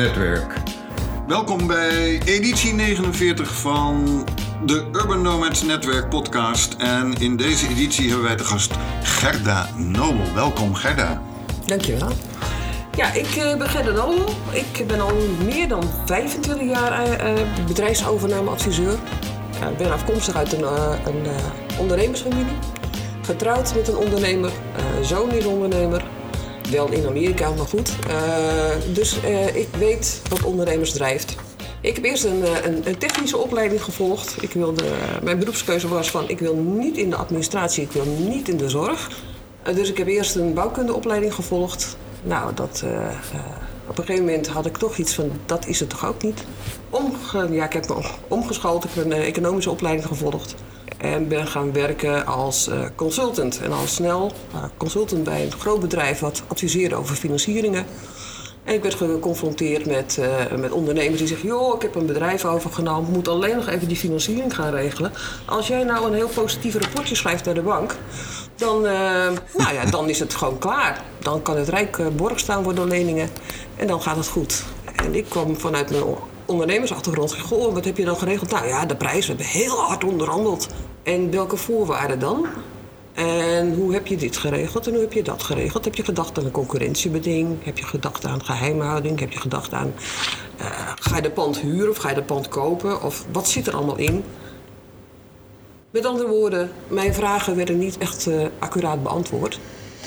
Netwerk. Welkom bij editie 49 van de Urban Nomads Netwerk podcast. En in deze editie hebben wij de gast Gerda Nobel. Welkom Gerda. Dankjewel. Ja, ik ben Gerda Nobel. Ik ben al meer dan 25 jaar bedrijfsovernameadviseur. Ik ben afkomstig uit een ondernemersfamilie. Getrouwd met een ondernemer, zoon is ondernemer. Wel in Amerika, maar goed. Dus ik weet wat ondernemers drijft. Ik heb eerst een technische opleiding gevolgd. Mijn beroepskeuze was van, ik wil niet in de administratie, ik wil niet in de zorg. Dus ik heb eerst een bouwkundeopleiding gevolgd. Nou, op een gegeven moment had ik toch iets van, dat is het toch ook niet. Ik heb me omgeschoold, ik heb een economische opleiding gevolgd. En ben gaan werken als consultant. En al snel consultant bij een groot bedrijf wat adviseerde over financieringen. En ik werd geconfronteerd met ondernemers die zeggen, joh, ik heb een bedrijf overgenomen, moet alleen nog even die financiering gaan regelen. Als jij nou een heel positief rapportje schrijft naar de bank, dan is het gewoon klaar. Dan kan het Rijk borg staan voor de leningen en dan gaat het goed. En ik kwam vanuit mijn ondernemersachtergrond. Goh, wat heb je dan geregeld? Nou ja, de prijs. We hebben heel hard onderhandeld. En welke voorwaarden dan? En hoe heb je dit geregeld en hoe heb je dat geregeld? Heb je gedacht aan een concurrentiebeding? Heb je gedacht aan geheimhouding? Heb je gedacht aan, ga je de pand huren of ga je de pand kopen? Of wat zit er allemaal in? Met andere woorden, mijn vragen werden niet echt accuraat beantwoord.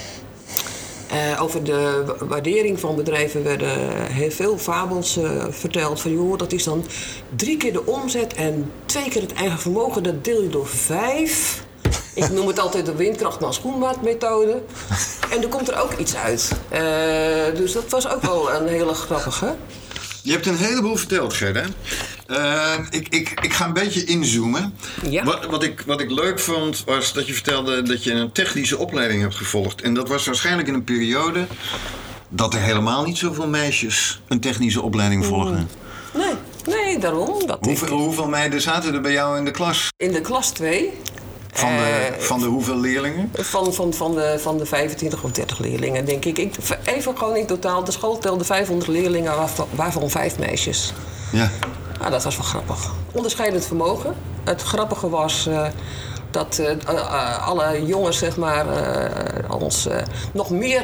Over de waardering van bedrijven werden heel veel fabels verteld. Van joh, dat is dan 3 keer de omzet en 2 keer het eigen vermogen. Dat deel je door 5. Ik noem het altijd de windkracht-schoenmaatmethode. En er komt er ook iets uit. Dus dat was ook wel een hele grappige. Je hebt een heleboel verteld, Gerda. Ik ga een beetje inzoomen. Ja. Wat ik leuk vond, was dat je vertelde dat je een technische opleiding hebt gevolgd. En dat was waarschijnlijk in een periode dat er helemaal niet zoveel meisjes een technische opleiding volgden. Nee, daarom. Hoeveel meiden zaten er bij jou in de klas? In de klas 2. Van de hoeveel leerlingen? Van de 25 of 30 leerlingen, denk ik. Even gewoon in totaal. De school telde 500 leerlingen, waarvan 5 meisjes. Ja. Nou, dat was wel grappig. Onderscheidend vermogen. Het grappige was dat alle jongens, zeg maar, ons nog meer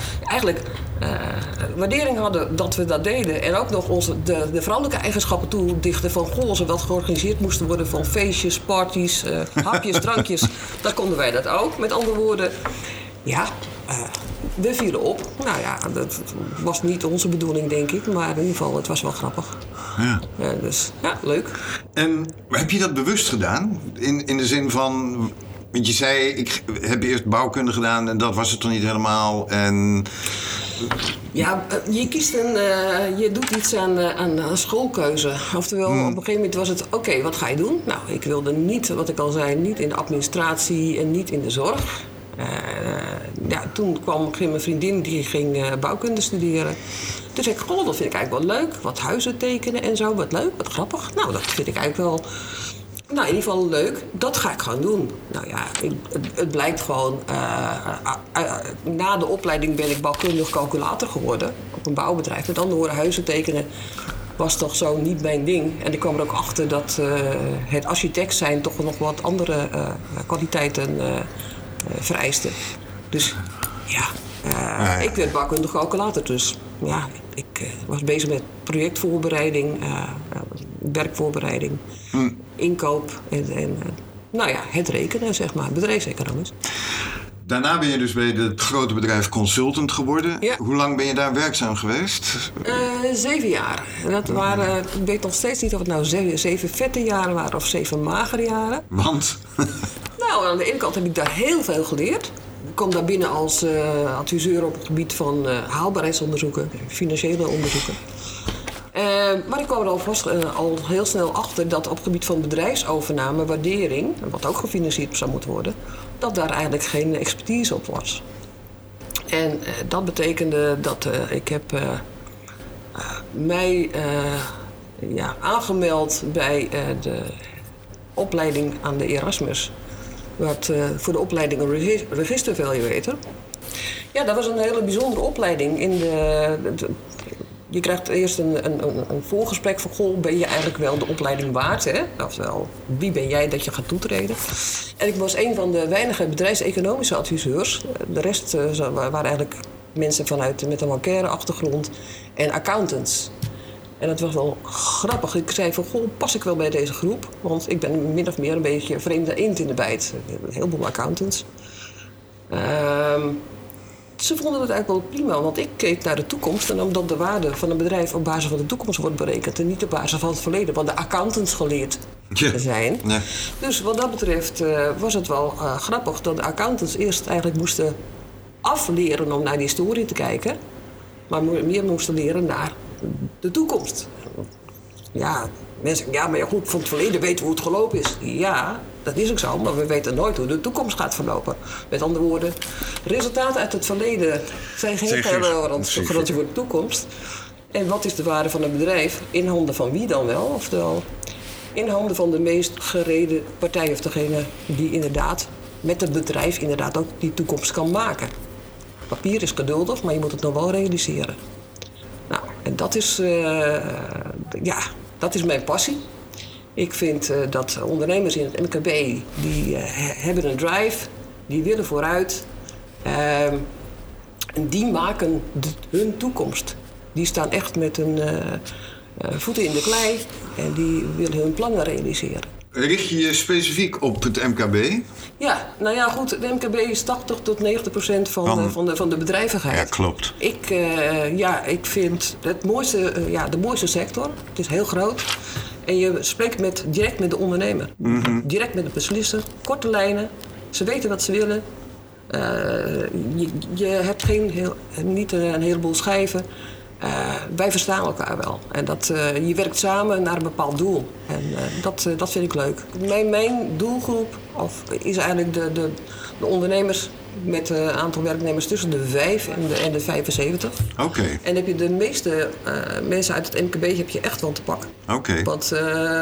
waardering hadden dat we dat deden. En ook nog de vrouwelijke eigenschappen toedichten van goh, ze wel georganiseerd moesten worden van feestjes, parties, hapjes, drankjes. Dan konden wij dat ook. Met andere woorden, ja, we vielen op. Nou ja, dat was niet onze bedoeling, denk ik. Maar in ieder geval, het was wel grappig. Ja. Dus ja, leuk. En heb je dat bewust gedaan? In de zin van, want je zei, ik heb eerst bouwkunde gedaan en dat was het toch niet helemaal. En ja, je doet iets aan schoolkeuze. Oftewel, op een gegeven moment was het, oké, wat ga je doen? Nou, ik wilde niet, wat ik al zei, niet in de administratie en niet in de zorg. Toen kwam mijn vriendin, die ging bouwkunde studeren. Toen zei ik, goh, dat vind ik eigenlijk wel leuk. Wat huizen tekenen en zo, wat leuk, wat grappig. Nou, dat vind ik eigenlijk wel, in ieder geval leuk. Dat ga ik gewoon doen. Nou ja, het blijkt gewoon, na de opleiding ben ik bouwkundig calculator geworden. Op een bouwbedrijf. Met andere woorden, huizen tekenen was toch zo niet mijn ding. En ik kwam er ook achter dat het architect zijn toch nog wat andere kwaliteiten vereisten. Dus ja, ik werd bouwkundig calculator. Dus ja, ik was bezig met projectvoorbereiding, werkvoorbereiding, inkoop en het rekenen, zeg maar, bedrijfseconomisch. Daarna ben je dus bij het grote bedrijf consultant geworden. Ja. Hoe lang ben je daar werkzaam geweest? 7 jaar. En dat waren, ik weet nog steeds niet of het nou 7 vette jaren waren of 7 magere jaren. Want? Nou, aan de ene kant heb ik daar heel veel geleerd. Ik kwam daar binnen als adviseur op het gebied van haalbaarheidsonderzoeken, financiële onderzoeken. Maar ik kwam er al heel snel achter dat op het gebied van bedrijfsovername, waardering, wat ook gefinancierd zou moeten worden, dat daar eigenlijk geen expertise op was. En dat betekende dat ik heb mij aangemeld bij de opleiding aan de Erasmus. Voor de opleiding een register evaluator. Ja, dat was een hele bijzondere opleiding. je krijgt eerst een voorgesprek van... Goh, ben je eigenlijk wel de opleiding waard? Hè? Oftewel, wie ben jij dat je gaat toetreden? En ik was een van de weinige bedrijfseconomische adviseurs. De rest waren eigenlijk mensen met een bancaire achtergrond en accountants. En dat was wel grappig. Ik zei van, goh, pas ik wel bij deze groep? Want ik ben min of meer een beetje vreemde eend in de bijt. Een heleboel accountants. Ze vonden het eigenlijk wel prima, want ik keek naar de toekomst. En omdat de waarde van een bedrijf op basis van de toekomst wordt berekend... en niet op basis van het verleden, wat de accountants geleerd zijn. Ja. Dus wat dat betreft was het wel grappig dat de accountants eerst eigenlijk moesten afleren om naar die historie te kijken. Maar meer moesten leren naar de toekomst. Ja, mensen zeggen, ja, maar goed, van het verleden weten we hoe het gelopen is. Ja, dat is ook zo, maar we weten nooit hoe de toekomst gaat verlopen. Met andere woorden, resultaten uit het verleden zijn geen garantie voor de toekomst. En wat is de waarde van een bedrijf? In handen van wie dan wel? Oftewel, in handen van de meest gereden partij of degene die inderdaad met het bedrijf inderdaad ook die toekomst kan maken. Papier is geduldig, maar je moet het nog wel realiseren. Nou, en dat is, dat is mijn passie. Ik vind dat ondernemers in het MKB, die hebben een drive, die willen vooruit. En die maken hun toekomst. Die staan echt met hun voeten in de klei en die willen hun plannen realiseren. Richt je je specifiek op het MKB? Ja, nou ja, goed. Het MKB is 80 tot 90% van de bedrijvigheid. Ja, klopt. Ik vind het mooiste, de mooiste sector. Het is heel groot. En je spreekt direct met de ondernemer. Mm-hmm. Direct met de beslisser. Korte lijnen. Ze weten wat ze willen. Je hebt niet een heleboel schijven. Wij verstaan elkaar wel. En je werkt samen naar een bepaald doel. En dat vind ik leuk. Mijn doelgroep is eigenlijk de ondernemers met een aantal werknemers tussen de 5 en de 75. Oké. En heb je de meeste mensen uit het MKB heb je echt wel te pakken. Oké. Want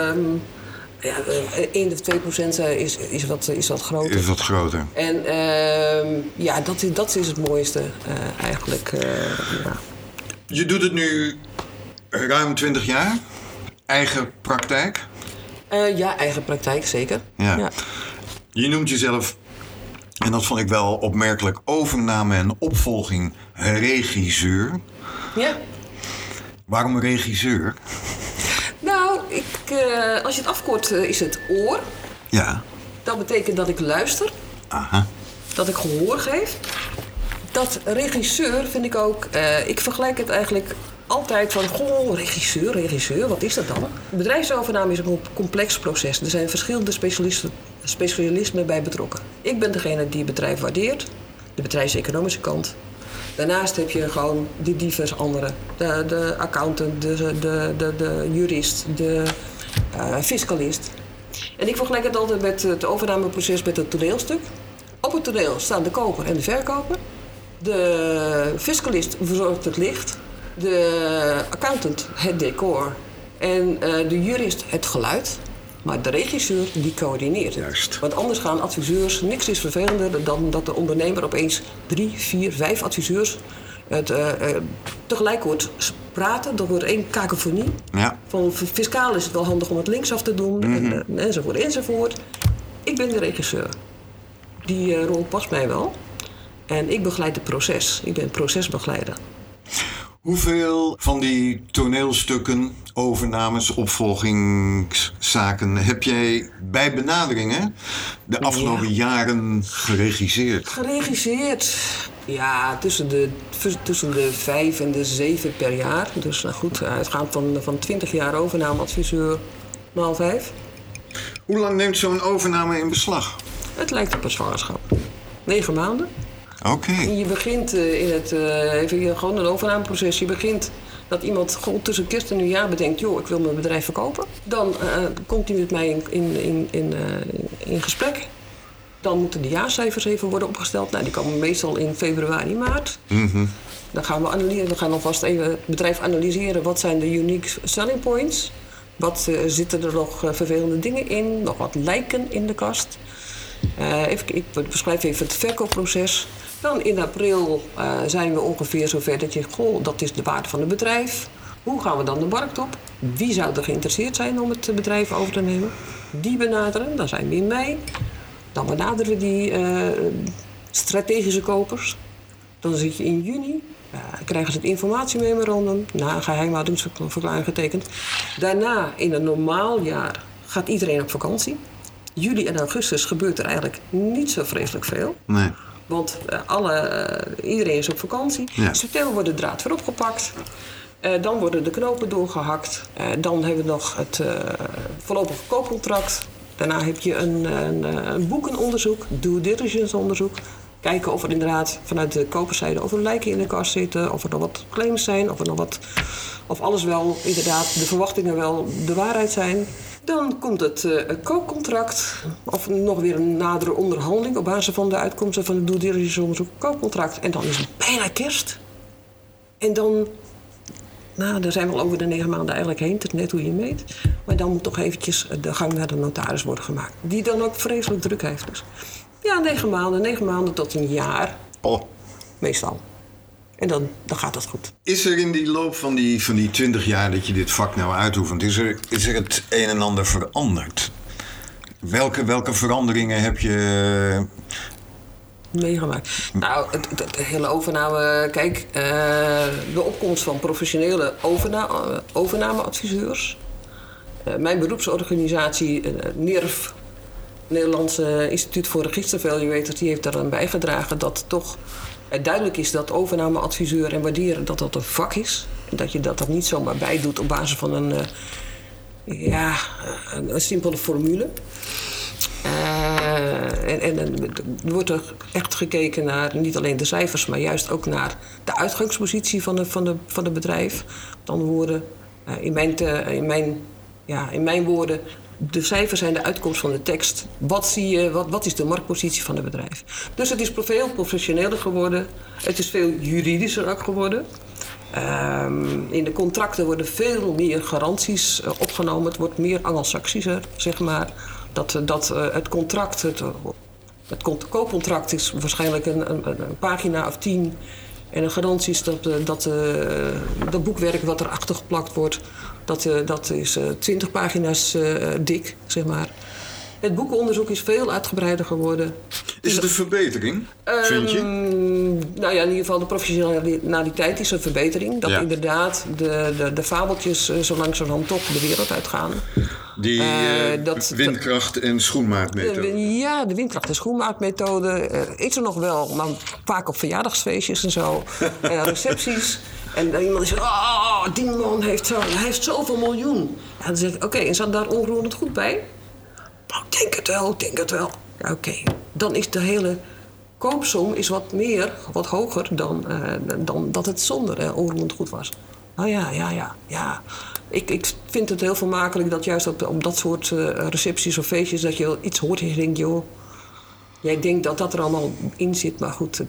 1 of 2% is wat groter. Is wat groter. En dat is het mooiste eigenlijk. Je doet het nu ruim 20 jaar. Eigen praktijk? Eigen praktijk, zeker. Ja. Je noemt jezelf, en dat vond ik wel opmerkelijk, overname en opvolging regisseur. Ja. Waarom regisseur? Nou, als je het afkort is het oor. Ja. Dat betekent dat ik luister. Aha. Dat ik gehoor geef. Dat regisseur vind ik ook... ik vergelijk het eigenlijk altijd van... Goh, regisseur, wat is dat dan? Bedrijfsovername is een complex proces. Er zijn verschillende specialismen bij betrokken. Ik ben degene die het bedrijf waardeert. De bedrijfseconomische kant. Daarnaast heb je gewoon die diverse anderen. De accountant, de jurist, de fiscalist. En ik vergelijk het altijd met het overnameproces met het toneelstuk. Op het toneel staan de koper en de verkoper. De fiscalist verzorgt het licht. De accountant het decor. En de jurist het geluid. Maar de regisseur die coördineert. Juist. Want anders gaan adviseurs... Niks is vervelender dan dat de ondernemer opeens 3, 4, 5 adviseurs... tegelijk hoort praten. Dat wordt 1 kakofonie. Ja. Van fiscaal is het wel handig om het linksaf te doen. Mm-hmm. Enzovoort. Ik ben de regisseur. Die rol past mij wel. En ik begeleid het proces. Ik ben procesbegeleider. Hoeveel van die toneelstukken, overnames, opvolgingszaken heb jij bij benaderingen de afgelopen jaren geregisseerd? Ja, tussen de 5 en de 7 per jaar. Dus goed, uitgaand van 20 jaar overnameadviseur maal 5. Hoe lang neemt zo'n overname in beslag? Het lijkt op een zwangerschap. 9 maanden. Oké. Je begint gewoon een overnameproces. Je begint dat iemand tussen kerst en nieuwjaar bedenkt... joh, ik wil mijn bedrijf verkopen. Dan komt hij met mij in gesprek. Dan moeten de jaarcijfers even worden opgesteld. Nou, die komen meestal in februari, maart. Mm-hmm. Dan gaan we analyseren. We gaan alvast even het bedrijf analyseren. Wat zijn de unique selling points? Wat zitten er nog vervelende dingen in? Nog wat lijken in de kast? Ik beschrijf even het verkoopproces. Dan in april zijn we ongeveer zover dat dat is de waarde van het bedrijf. Hoe gaan we dan de markt op? Wie zou er geïnteresseerd zijn om het bedrijf over te nemen? Die benaderen, dan zijn we in mei. Dan benaderen we die strategische kopers. Dan zit je in juni. Krijgen ze het informatiememorandum. Na een geheimhoudingsverklaring getekend. Daarna, in een normaal jaar, gaat iedereen op vakantie. Juli en augustus gebeurt er eigenlijk niet zo vreselijk veel. Nee. Want iedereen is op vakantie. Ja. In september wordt de draad weer opgepakt. Dan worden de knopen doorgehakt. Dan hebben we nog het voorlopige koopcontract. Daarna heb je een boekenonderzoek, due diligence onderzoek. Kijken of er inderdaad vanuit de koperszijde of er lijken in de kast zitten, of er nog wat claims zijn, of alles wel inderdaad de verwachtingen wel de waarheid zijn. Dan komt het koopcontract, of nog weer een nadere onderhandeling op basis van de uitkomsten van het due diligence onderzoek, koopcontract. En dan is het bijna kerst. En dan, daar zijn we al over de 9 maanden eigenlijk heen, het is net hoe je meet. Maar dan moet toch eventjes de gang naar de notaris worden gemaakt. Die dan ook vreselijk druk heeft. Dus. Ja, 9 maanden tot een jaar. Oh. Meestal. En dan gaat het goed. Is er in die loop van die 20 jaar dat je dit vak nou uitoefent, is er het een en ander veranderd? Welke veranderingen heb je meegemaakt? Nou, het hele overname... Kijk, de opkomst van professionele overnameadviseurs. Mijn beroepsorganisatie, NIRF... Nederlandse Instituut voor Registervaluators, die heeft daaraan bijgedragen dat toch duidelijk is dat overnameadviseur en waarderen dat een vak is. En dat je dat niet zomaar bijdoet op basis van een simpele formule. En er wordt er echt gekeken naar niet alleen de cijfers, maar juist ook naar de uitgangspositie van het bedrijf. Met andere woorden, in mijn woorden, de cijfers zijn de uitkomst van de tekst. Wat zie je, wat is de marktpositie van het bedrijf? Dus het is veel professioneler geworden. Het is veel juridischer ook geworden. In de contracten worden veel meer garanties opgenomen. Het wordt meer Anglo-Saxischer, zeg maar. Dat het contract, het koopcontract is waarschijnlijk een pagina of 10. En een garantie is dat boekwerk wat erachter geplakt wordt, dat is 20 pagina's dik, zeg maar. Het boekenonderzoek is veel uitgebreider geworden. Is het een verbetering, vind je? Nou ja, in ieder geval de professionaliteit is een verbetering. Dat inderdaad de fabeltjes zo langzamerhand toch de wereld uitgaan. Die windkracht- en schoenmaakmethode. De windkracht- en schoenmaakmethode is er nog wel, maar vaak op verjaardagsfeestjes en zo. Recepties. En iemand die zegt, die man heeft zoveel miljoen. Ja, dan zeg ik, oké, en zat daar onroerend goed bij? Nou, denk het wel. Ja, oké. Dan is de hele koopsom is wat hoger dan dat het zonder onroerend goed was. Nou ja. Ik vind het heel vermakelijk dat juist op dat soort recepties of feestjes dat je iets hoort en je denkt, joh, jij denkt dat er allemaal in zit, maar goed,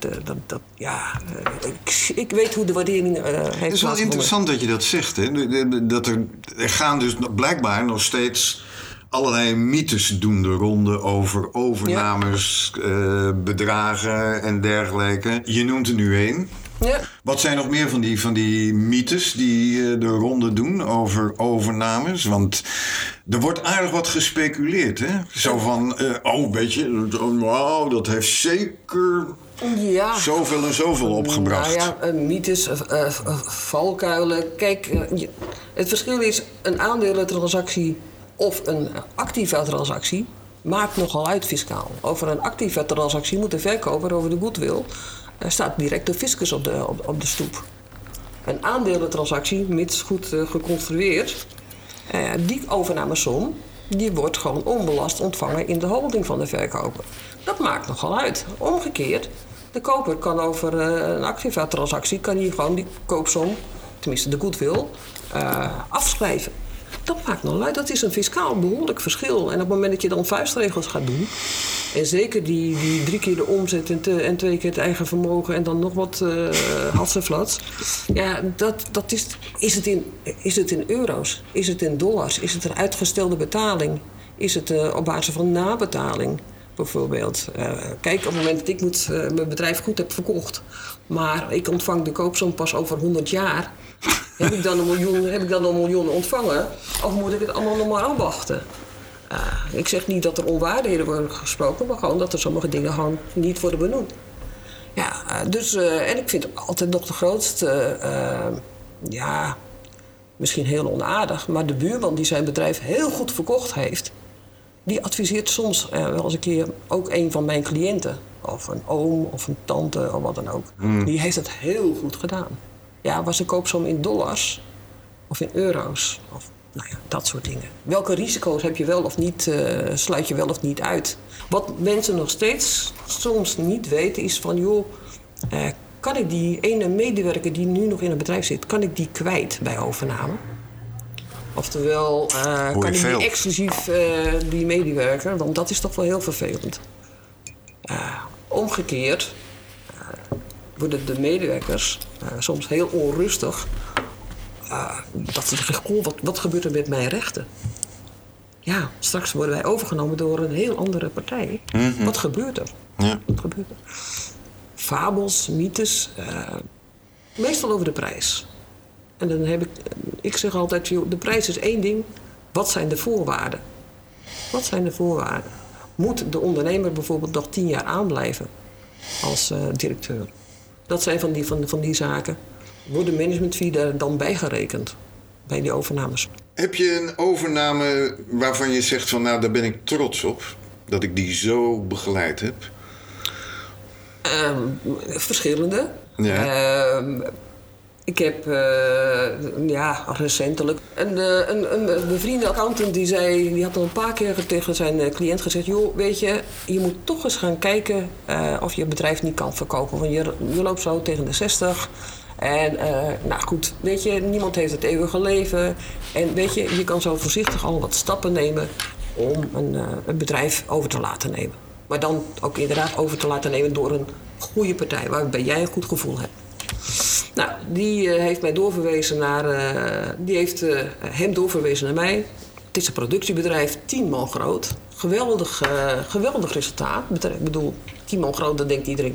ik weet hoe de waardering heeft. Het is wel interessant dat je dat zegt, hè? Er gaan dus blijkbaar nog steeds allerlei mythes doen de ronde over overnames, bedragen en dergelijke. Je noemt er nu één. Ja. Wat zijn nog meer van die mythes die de ronde doen over overnames? Want er wordt aardig wat gespeculeerd, hè? Zo van, weet je, wow, dat heeft zeker zoveel en zoveel opgebracht. Nou ja, mythes, valkuilen. Kijk, het verschil is een aandelentransactie of een activa transactie maakt nogal uit fiscaal. Over een activa transactie moet de verkoper over de goodwill. Er staat direct de fiscus op de stoep. Een aandelentransactie, mits goed geconstrueerd, die overnamesom, die wordt gewoon onbelast ontvangen in de holding van de verkoper. Dat maakt nogal uit. Omgekeerd, de koper kan over een activa transactie, kan hij gewoon die koopsom, tenminste de goodwill, afschrijven. Dat maakt nog uit. Dat is een fiscaal behoorlijk verschil. En op het moment dat je dan vuistregels gaat doen, en zeker die 3 keer de omzet en 2 keer het eigen vermogen en dan nog wat hats en flats. Ja, dat is het in euro's? Is het in dollars? Is het een uitgestelde betaling? Is het op basis van nabetaling? bijvoorbeeld. Kijk, op het moment dat ik mijn bedrijf goed heb verkocht, maar ik ontvang de koopsom pas over 100 jaar, heb ik dan een miljoen ontvangen? Of moet ik het allemaal nog maar afwachten? Ik zeg niet dat er onwaarheden worden gesproken, maar gewoon dat er sommige dingen gewoon niet worden benoemd. Ja, dus, en ik vind altijd nog de grootste, misschien heel onaardig, maar de buurman die zijn bedrijf heel goed verkocht heeft, die adviseert soms wel eens een keer ook een van mijn cliënten. Of een oom of een tante of wat dan ook. Die heeft het heel goed gedaan. Ja, was de koopsom in dollars of in euro's? Of dat soort dingen. Welke risico's heb je wel of niet, sluit je wel of niet uit? Wat mensen nog steeds soms niet weten is van, joh, kan ik die ene medewerker die nu nog in het bedrijf zit, kan ik die kwijt bij overname? Oftewel, kan ik die exclusief die medewerker, want dat is toch wel heel vervelend. Omgekeerd worden de medewerkers soms heel onrustig. Dat ze zeggen, goh, wat gebeurt er met mijn rechten? Ja, straks worden wij overgenomen door een heel andere partij. Mm-hmm. Wat gebeurt er? Ja. Wat gebeurt er? Fabels, mythes, meestal over de prijs. En dan heb ik zeg altijd, joh, de prijs is één ding. Wat zijn de voorwaarden? Wat zijn de voorwaarden? Moet de ondernemer bijvoorbeeld nog 10 jaar aanblijven als directeur? Dat zijn van die zaken. Wordt de management fee daar dan bijgerekend bij die overnames? Heb je een overname waarvan je zegt van, nou, daar ben ik trots op dat ik die zo begeleid heb? Verschillende. Ja. Ik heb recentelijk een bevriende accountant die had al een paar keer tegen zijn cliënt gezegd, joh, weet je moet toch eens gaan kijken of je bedrijf niet kan verkopen. Want je loopt zo tegen de 60. En goed, weet je, niemand heeft het eeuwige leven. En weet je kan zo voorzichtig al wat stappen nemen om een bedrijf over te laten nemen. Maar dan ook inderdaad over te laten nemen door een goede partij, waarbij jij een goed gevoel hebt. Nou, die heeft mij doorverwezen hem doorverwezen naar mij. Het is een productiebedrijf, 10 man groot. Geweldig resultaat. Ik bedoel, 10 man groot, dan denkt iedereen,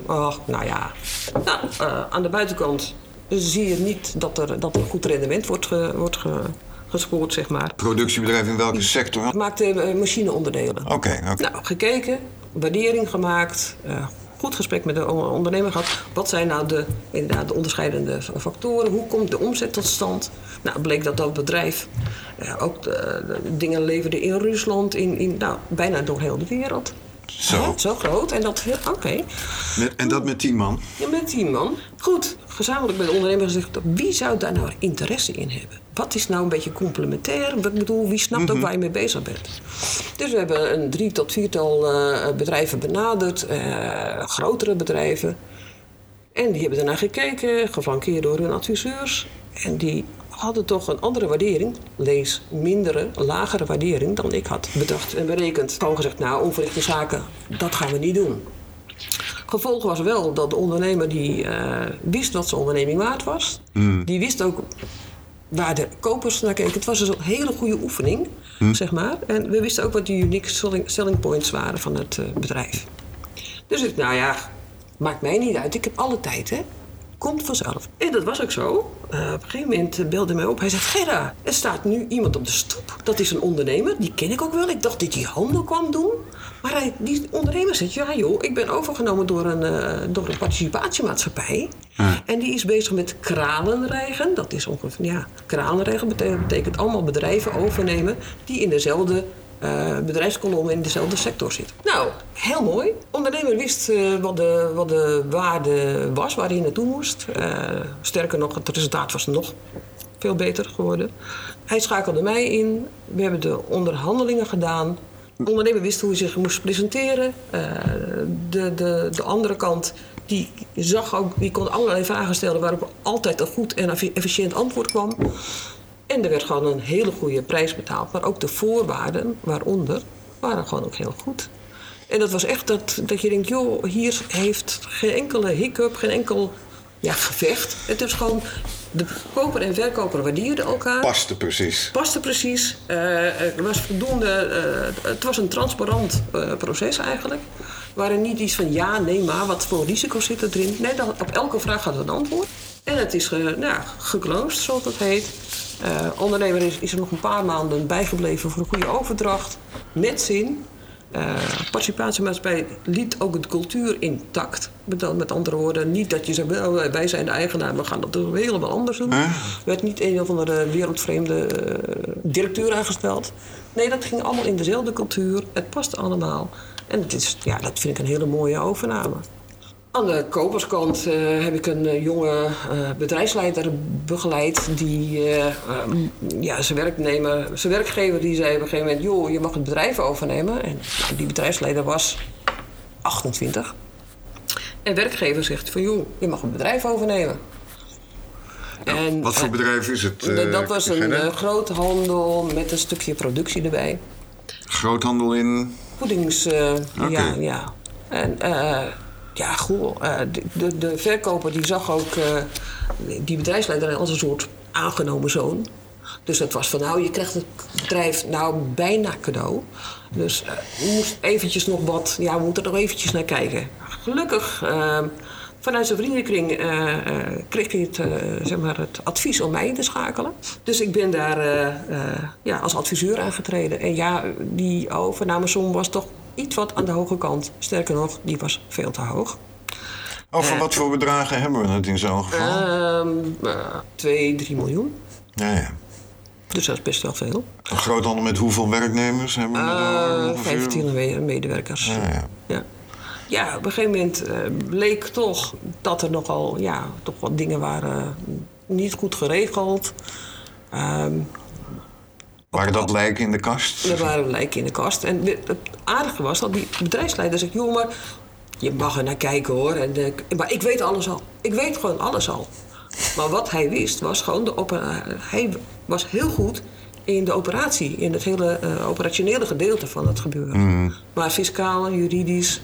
aan de buitenkant zie je niet dat er een goed rendement wordt gescoord, zeg maar. Productiebedrijf in welke sector? Het maakt machineonderdelen. Oké. Nou, gekeken, waardering gemaakt, goed gesprek met de ondernemer gehad. Wat zijn nou de onderscheidende factoren? Hoe komt de omzet tot stand? Nou, bleek dat bedrijf ook de dingen leverde in Rusland, bijna door heel de wereld. Zo groot. En dat En dat met 10 man? Ja, met 10 man. Goed, gezamenlijk met de ondernemer gezegd, wie zou daar nou interesse in hebben? Wat is nou een beetje complementair? Ik bedoel, wie snapt ook waar je mee bezig bent? Dus we hebben een 3 tot 4-tal bedrijven benaderd, grotere bedrijven. En die hebben daarnaar gekeken, geflankeerd door hun adviseurs. En die hadden toch een andere waardering, lees lagere waardering dan ik had bedacht en berekend. Gewoon gezegd, onverrichte zaken, dat gaan we niet doen. Gevolg was wel dat de ondernemer die wist wat zijn onderneming waard was. Die wist ook waar de kopers naar keken. Het was dus een hele goede oefening, zeg maar. En we wisten ook wat de unique selling points waren van het bedrijf. Dus ik, maakt mij niet uit. Ik heb alle tijd, hè. Komt vanzelf. En dat was ook zo. Op een gegeven moment belde hij mij op. Hij zegt, Gerda, er staat nu iemand op de stoep. Dat is een ondernemer. Die ken ik ook wel. Ik dacht dat hij handel kwam doen. Maar die ondernemer zegt, ja joh, ik ben overgenomen door een participatiemaatschappij. En die is bezig met kralenrijgen. Dat is ongeveer, kralenrijgen betekent allemaal bedrijven overnemen die in dezelfde bedrijfskolom in dezelfde sector zit. Nou, heel mooi. Ondernemer wist wat de waarde was, waar hij naartoe moest. Sterker nog, het resultaat was nog veel beter geworden. Hij schakelde mij in. We hebben de onderhandelingen gedaan. De ondernemer wist hoe hij zich moest presenteren. De andere kant, die kon allerlei vragen stellen waarop altijd een goed en efficiënt antwoord kwam. En er werd gewoon een hele goede prijs betaald. Maar ook de voorwaarden, waaronder, waren gewoon ook heel goed. En dat was echt dat je denkt, joh, hier heeft geen enkele hiccup, geen enkel gevecht. Het is gewoon De koper en verkoper waardierden elkaar. Paste precies. Er was voldoende. Het was een transparant proces eigenlijk. Waarin niet iets van ja, nee, maar wat voor risico's zitten erin. Nee, op elke vraag hadden we een antwoord. En het is geclosed, zoals dat heet. Ondernemer is er nog een paar maanden bijgebleven voor een goede overdracht. Met zin. Participatiemaatschappij liet ook de cultuur intact. Met andere woorden, niet dat je zegt, wij zijn de eigenaar, we gaan dat helemaal anders doen. Er werd niet een of andere wereldvreemde directeur aangesteld. Nee, dat ging allemaal in dezelfde cultuur. Het paste allemaal. En dat vind ik een hele mooie overname. Aan de koperskant heb ik een jonge bedrijfsleider begeleid die zijn werkgever die zei op een gegeven moment, joh, je mag het bedrijf overnemen. En die bedrijfsleider was 28. En werkgever zegt van, joh, je mag het bedrijf overnemen. En, wat voor bedrijf is het? Dat was een groothandel met een stukje productie erbij. Groothandel in? Voedings... Ja. En... de verkoper die zag ook die bedrijfsleider als een soort aangenomen zoon. Dus het was van, je krijgt het bedrijf bijna cadeau. Dus je moest eventjes nog wat, we moeten er nog eventjes naar kijken. Gelukkig, vanuit zijn vriendenkring kreeg hij het advies om mij in te schakelen. Dus ik ben daar als adviseur aangetreden. En die overnamesom was toch iets wat aan de hoge kant. Sterker nog, die was veel te hoog. Over wat voor bedragen hebben we het in zo'n geval? 2-3 miljoen. Ja. Dus dat is best wel veel. Een groothandel met hoeveel werknemers hebben we het? 15 medewerkers. Ja, op een gegeven moment bleek toch dat er nogal toch wat dingen waren niet goed geregeld. Waren dat lijken in de kast? Er waren lijken in de kast. En het aardige was dat die bedrijfsleider zegt, joh, maar je mag er naar kijken hoor. Maar ik weet alles al. Ik weet gewoon alles al. Maar wat hij wist was gewoon hij was heel goed in de operatie, in het hele operationele gedeelte van het gebeuren. Maar fiscaal, juridisch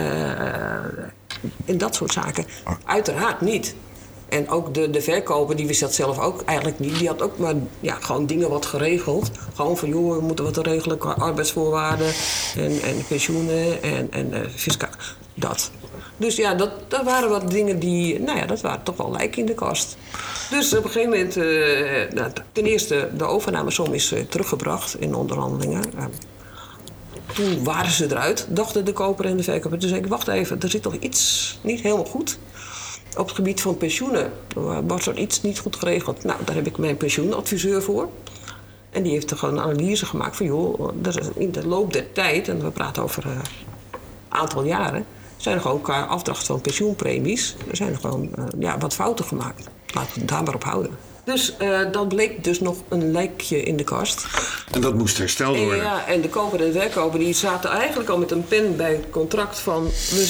en dat soort zaken uiteraard niet. En ook de verkoper, die wist dat zelf ook eigenlijk niet. Die had ook maar gewoon dingen wat geregeld. Gewoon van, joh, we moeten wat regelen qua arbeidsvoorwaarden en pensioenen en fiscaal. Dat. Dus dat waren wat dingen die, dat waren toch wel lijken in de kast. Dus op een gegeven moment, ten eerste, de overnamesom is teruggebracht in onderhandelingen. Toen waren ze eruit, dachten de koper en de verkoper. Toen zei ik, wacht even, er zit toch iets niet helemaal goed. Op het gebied van pensioenen was er iets niet goed geregeld. Nou, daar heb ik mijn pensioenadviseur voor. En die heeft er gewoon een analyse gemaakt van, joh, in de loop der tijd, en we praten over een aantal jaren, zijn er gewoon qua afdracht van pensioenpremies, er zijn er gewoon wat fouten gemaakt. Laten we het daar maar op houden. Dus dan bleek dus nog een lijkje in de kast. En dat moest hersteld worden. Ja, en de koper en de verkoper die zaten eigenlijk al met een pen bij het contract van,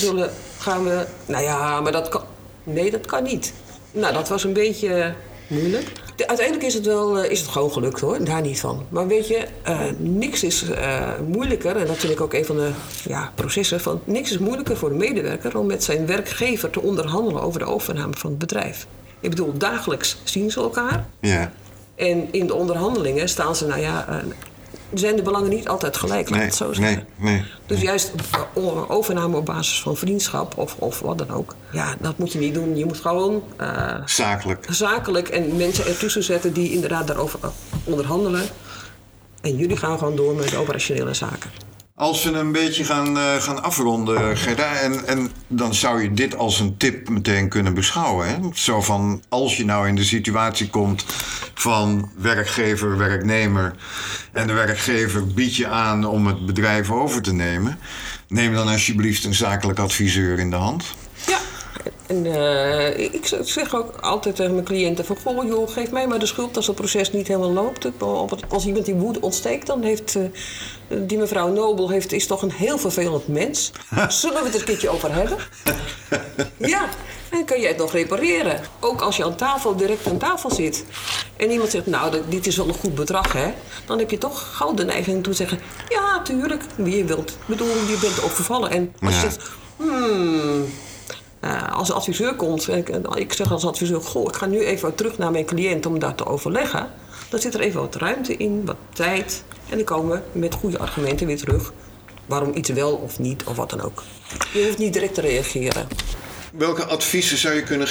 maar dat kan. Nee, dat kan niet. Nou, dat was een beetje moeilijk. Uiteindelijk is het gewoon gelukt hoor, daar niet van. Maar weet je, niks is moeilijker, en dat vind ik ook een van de processen van, niks is moeilijker voor de medewerker om met zijn werkgever te onderhandelen over de overname van het bedrijf. Ik bedoel, dagelijks zien ze elkaar. Ja. En in de onderhandelingen staan ze, zijn de belangen niet altijd gelijk, laat het zo zeggen. Nee. Dus juist overname op basis van vriendschap of wat dan ook. Ja, dat moet je niet doen. Je moet gewoon zakelijk en mensen ertussen zetten die inderdaad daarover onderhandelen. En jullie gaan gewoon door met de operationele zaken. Als we een beetje gaan afronden, Gerda, en dan zou je dit als een tip meteen kunnen beschouwen. Hè? Zo van, als je nou in de situatie komt van werkgever, werknemer, en de werkgever biedt je aan om het bedrijf over te nemen, neem dan alsjeblieft een zakelijk adviseur in de hand. Ja. En ik zeg ook altijd tegen mijn cliënten van, goh joh, geef mij maar de schuld als het proces niet helemaal loopt. Als iemand die woede ontsteekt, dan heeft die mevrouw Nobel is toch een heel vervelend mens. Zullen we het er een keertje over hebben? Ja, dan kun je het nog repareren. Ook als je direct aan tafel zit. En iemand zegt, dit is wel een goed bedrag, hè. Dan heb je toch gauw de neiging om te zeggen, ja, tuurlijk, wie je wilt. Ik bedoel, je bent overvallen. En als je zegt, als de adviseur komt... en ik zeg als adviseur... goh, ik ga nu even terug naar mijn cliënt om daar te overleggen... dan zit er even wat ruimte in, wat tijd... en dan komen we met goede argumenten weer terug... waarom iets wel of niet, of wat dan ook. Je hoeft niet direct te reageren. Welke adviezen zou je kunnen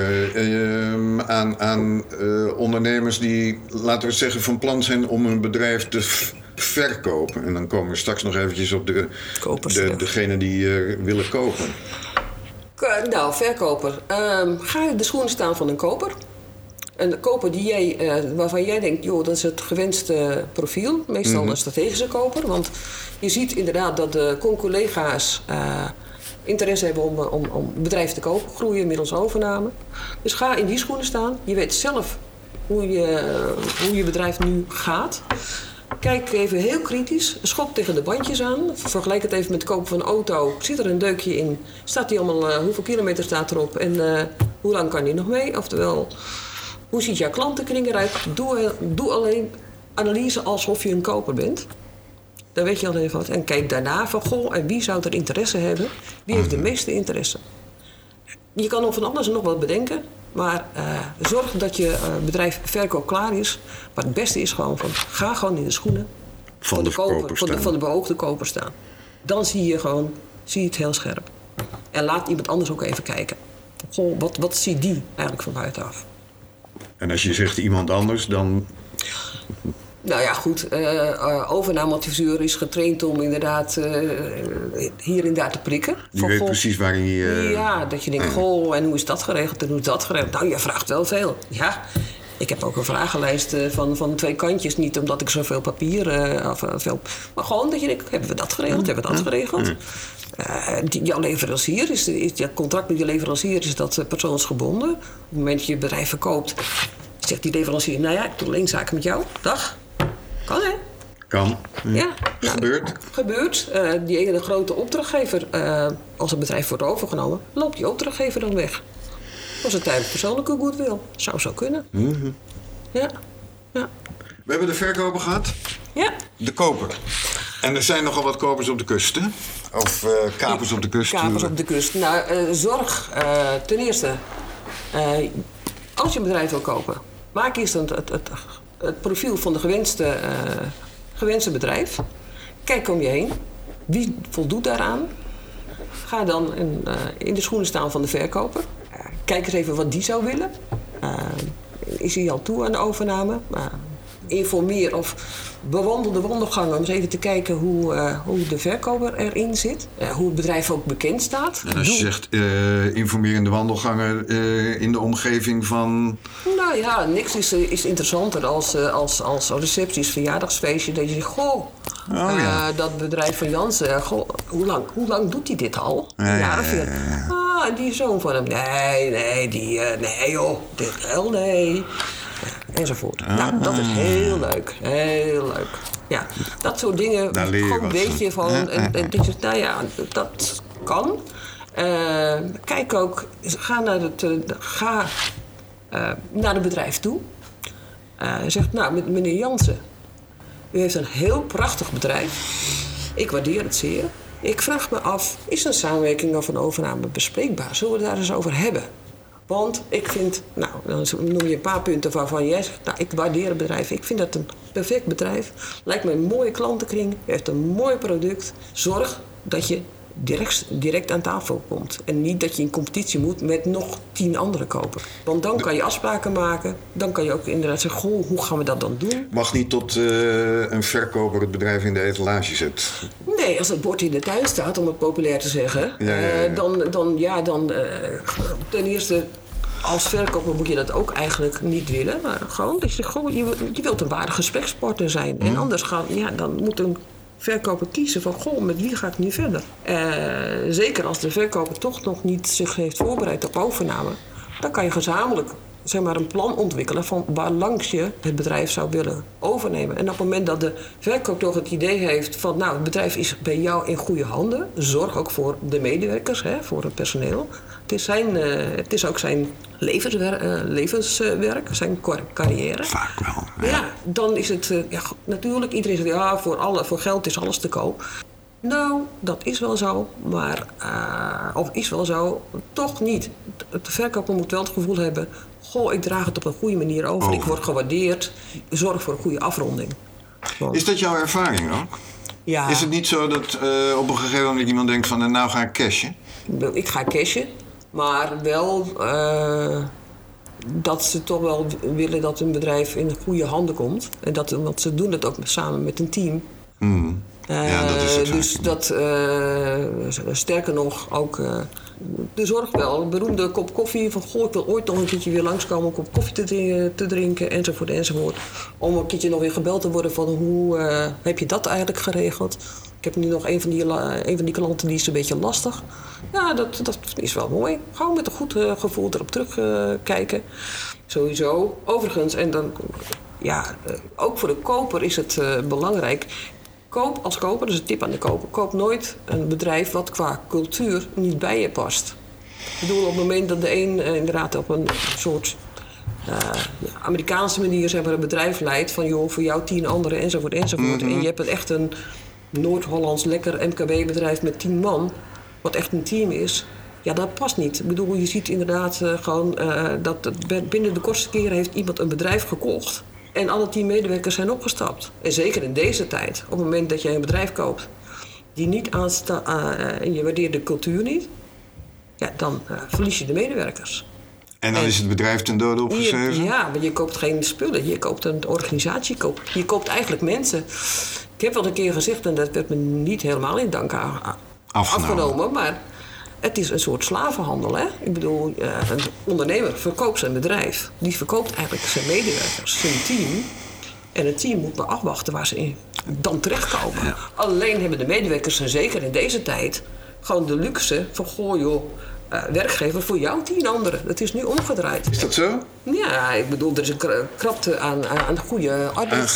geven aan ondernemers die, laten we zeggen, van plan zijn om hun bedrijf te verkopen? En dan komen we straks nog eventjes op degene die willen kopen. Verkoper. Ga je de schoenen staan van een koper. Een koper waarvan jij denkt, joh, dat is het gewenste profiel. Meestal een strategische koper. Want je ziet inderdaad dat de collega's interesse hebben om het bedrijf te kopen. Groeien middels overname. Dus ga in die schoenen staan. Je weet zelf hoe je bedrijf nu gaat. Kijk even heel kritisch. Schop tegen de bandjes aan. Vergelijk het even met het kopen van een auto. Zit er een deukje in? Staat die allemaal, hoeveel kilometer staat erop? En hoe lang kan die nog mee? Oftewel, hoe ziet jouw klantenkring eruit? Doe alleen analyse alsof je een koper bent. Dan weet je al even wat. En kijk daarna van, goh, en wie zou er interesse hebben? Wie heeft de meeste interesse? Je kan nog van alles en nog wat bedenken. Maar zorg dat je bedrijf verkoop klaar is. Maar het beste is gewoon van, ga gewoon in de schoenen van de beoogde koper staan. Dan zie je het heel scherp. En laat iemand anders ook even kijken. Goh, wat ziet die eigenlijk van buitenaf? En als je zegt iemand anders, dan... Nou ja, goed. Overnameadviseur is getraind om inderdaad hier en daar te prikken. Die weet precies waarin je... Ja, dat je denkt, goh, en hoe is dat geregeld en hoe is dat geregeld? Nou, je vraagt wel veel. Ja, ik heb ook een vragenlijst van 2 kantjes. Niet omdat ik zoveel papier... maar gewoon dat je denkt, hebben we dat geregeld? Hebben we dat geregeld? Jouw leverancier, je contract met je leverancier is dat persoonsgebonden. Op het moment dat je bedrijf verkoopt... zegt die leverancier, nou ja, ik doe alleen zaken met jou. Dag. Kan, hè? Kan. Ja. Gebeurt. Die ene grote opdrachtgever, als het bedrijf wordt overgenomen... loopt die opdrachtgever dan weg. Als het tijdens persoonlijke goodwill. Zou zo kunnen. Mm-hmm. Ja. We hebben de verkoper gehad. Ja. De koper. En er zijn nogal wat kopers op de kust, hè? Of kapers op de kust. Kapers op de kust. Nou, zorg ten eerste... als je een bedrijf wil kopen... maak eerst het profiel van de gewenste bedrijf. Kijk om je heen. Wie voldoet daaraan? Ga dan in de schoenen staan van de verkoper. Kijk eens even wat die zou willen. Is hij al toe aan de overname? Informeer of bewandel de wandelgangen om eens even te kijken hoe de verkoper erin zit. Hoe het bedrijf ook bekend staat. En als je zegt informeer in de wandelgangen in de omgeving van... Nou ja, niks is interessanter als recepties, verjaardagsfeestje. Dat je zegt, goh, dat bedrijf van Jansen, hoe lang doet hij dit al? Een jaar of 4. En die zoon van hem, nee joh, dit wel, nee. Enzovoort. Nou, dat is heel leuk. Heel leuk. Ja, dat soort dingen. Gewoon een beetje van... En dat je, nou ja, dat kan. Kijk ook... Ga naar het bedrijf toe. Zeg, nou, met meneer Jansen. U heeft een heel prachtig bedrijf. Ik waardeer het zeer. Ik vraag me af, is een samenwerking of een overname bespreekbaar? Zullen we het daar eens over hebben? Want ik vind, nou, dan noem je een paar punten waarvan jij zegt... nou, ik waardeer het bedrijf. Ik vind dat een perfect bedrijf. Lijkt me een mooie klantenkring. Je heeft een mooi product. Zorg dat je direct aan tafel komt. En niet dat je in competitie moet met nog 10 andere kopers. Want dan kan je afspraken maken. Dan kan je ook inderdaad zeggen, goh, hoe gaan we dat dan doen? Mag niet tot een verkoper het bedrijf in de etalage zet? Nee, als het bord in de tuin staat, om het populair te zeggen... Dan ten eerste... Als verkoper moet je dat ook eigenlijk niet willen. Maar gewoon dat je zegt, je wilt een ware gesprekspartner zijn. En anders dan moet een verkoper kiezen van, met wie ga ik nu verder? Zeker als de verkoper toch nog niet zich heeft voorbereid op overname. Dan kan je gezamenlijk een plan ontwikkelen van waar langs je het bedrijf zou willen overnemen. En op het moment dat de verkoper toch het idee heeft van, nou, het bedrijf is bij jou in goede handen. Zorg ook voor de medewerkers, voor het personeel. Het is ook zijn levenswerk, zijn carrière. Vaak wel. Ja, dan is het natuurlijk, iedereen zegt, voor geld is alles te koop. Nou, dat is wel zo, maar of is wel zo, toch niet. De verkoper moet wel het gevoel hebben, goh, ik draag het op een goede manier over. Ik word gewaardeerd, zorg voor een goede afronding. Want, is dat jouw ervaring ook? Ja. Is het niet zo dat op een gegeven moment iemand denkt van, nou ga ik cashen? Ik ga cashen, maar wel dat ze toch wel willen dat hun bedrijf in goede handen komt. En want ze doen het ook samen met een team. Ja, dat is het. Dus dat, sterker nog, ook de zorg wel. Een beroemde kop koffie van, goh, ik wil ooit nog een keertje weer langskomen om een kop koffie te drinken, enzovoort, enzovoort. Om een keertje nog weer gebeld te worden van, hoe heb je dat eigenlijk geregeld? Ik heb nu nog een van die klanten, die is een beetje lastig. Ja, dat is wel mooi. Gewoon met een goed gevoel erop terugkijken. Sowieso. Overigens, en dan, ook voor de koper is het belangrijk. Koop als koper, dus een tip aan de koper. Koop nooit een bedrijf wat qua cultuur niet bij je past. Ik bedoel, op het moment dat de een inderdaad op een soort Amerikaanse manier zeg maar, een bedrijf leidt van joh, voor jou 10 anderen enzovoort, enzovoort. En je hebt echt een Noord-Hollands lekker MKB-bedrijf met 10 man, wat echt een team is. Ja, dat past niet. Ik bedoel, je ziet inderdaad gewoon dat binnen de kortste keren heeft iemand een bedrijf gekocht. En alle 10 medewerkers zijn opgestapt. En zeker in deze tijd, op het moment dat jij een bedrijf koopt die niet aanstaat en je waardeert de cultuur niet, ja, dan verlies je de medewerkers. En dan is het bedrijf ten dode opgeschreven? Ja, maar je koopt geen spullen. Je koopt een organisatie. Je koopt eigenlijk mensen. Ik heb wel een keer gezegd, en dat werd me niet helemaal in dank afgenomen, maar het is een soort slavenhandel. Hè? Ik bedoel, een ondernemer verkoopt zijn bedrijf. Die verkoopt eigenlijk zijn medewerkers, zijn team. En het team moet maar afwachten waar ze dan terechtkomen. Ja. Alleen hebben de medewerkers, en zeker in deze tijd, gewoon de luxe van, goh joh, werkgever voor jou 10 anderen. Dat is nu omgedraaid. Is dat zo? Ja, ik bedoel, er is een krapte aan goede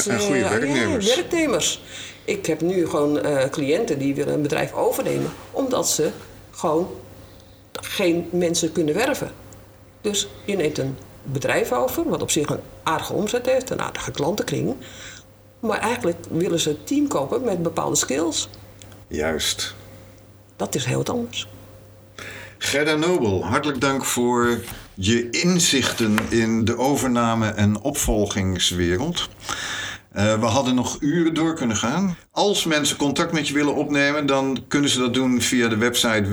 werknemers. Ik heb nu gewoon cliënten die willen een bedrijf overnemen, omdat ze gewoon geen mensen kunnen werven. Dus je neemt een bedrijf over, wat op zich een aardige omzet heeft, een aardige klantenkring. Maar eigenlijk willen ze een team kopen met bepaalde skills. Juist. Dat is heel wat anders. Gerda Nobel, hartelijk dank voor je inzichten in de overname- en opvolgingswereld. We hadden nog uren door kunnen gaan. Als mensen contact met je willen opnemen, dan kunnen ze dat doen via de website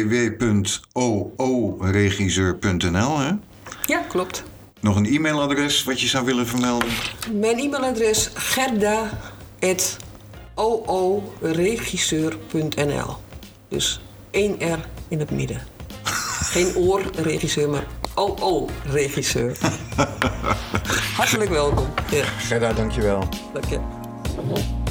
www.ooregisseur.nl. Hè? Ja, klopt. Nog een e-mailadres wat je zou willen vermelden? Mijn e-mailadres gerda@ooregisseur.nl. Dus 1 R in het midden. Geen oorregisseur, maar OO-regisseur. Hartelijk welkom. Ja. Gerda, dankjewel. Dank je.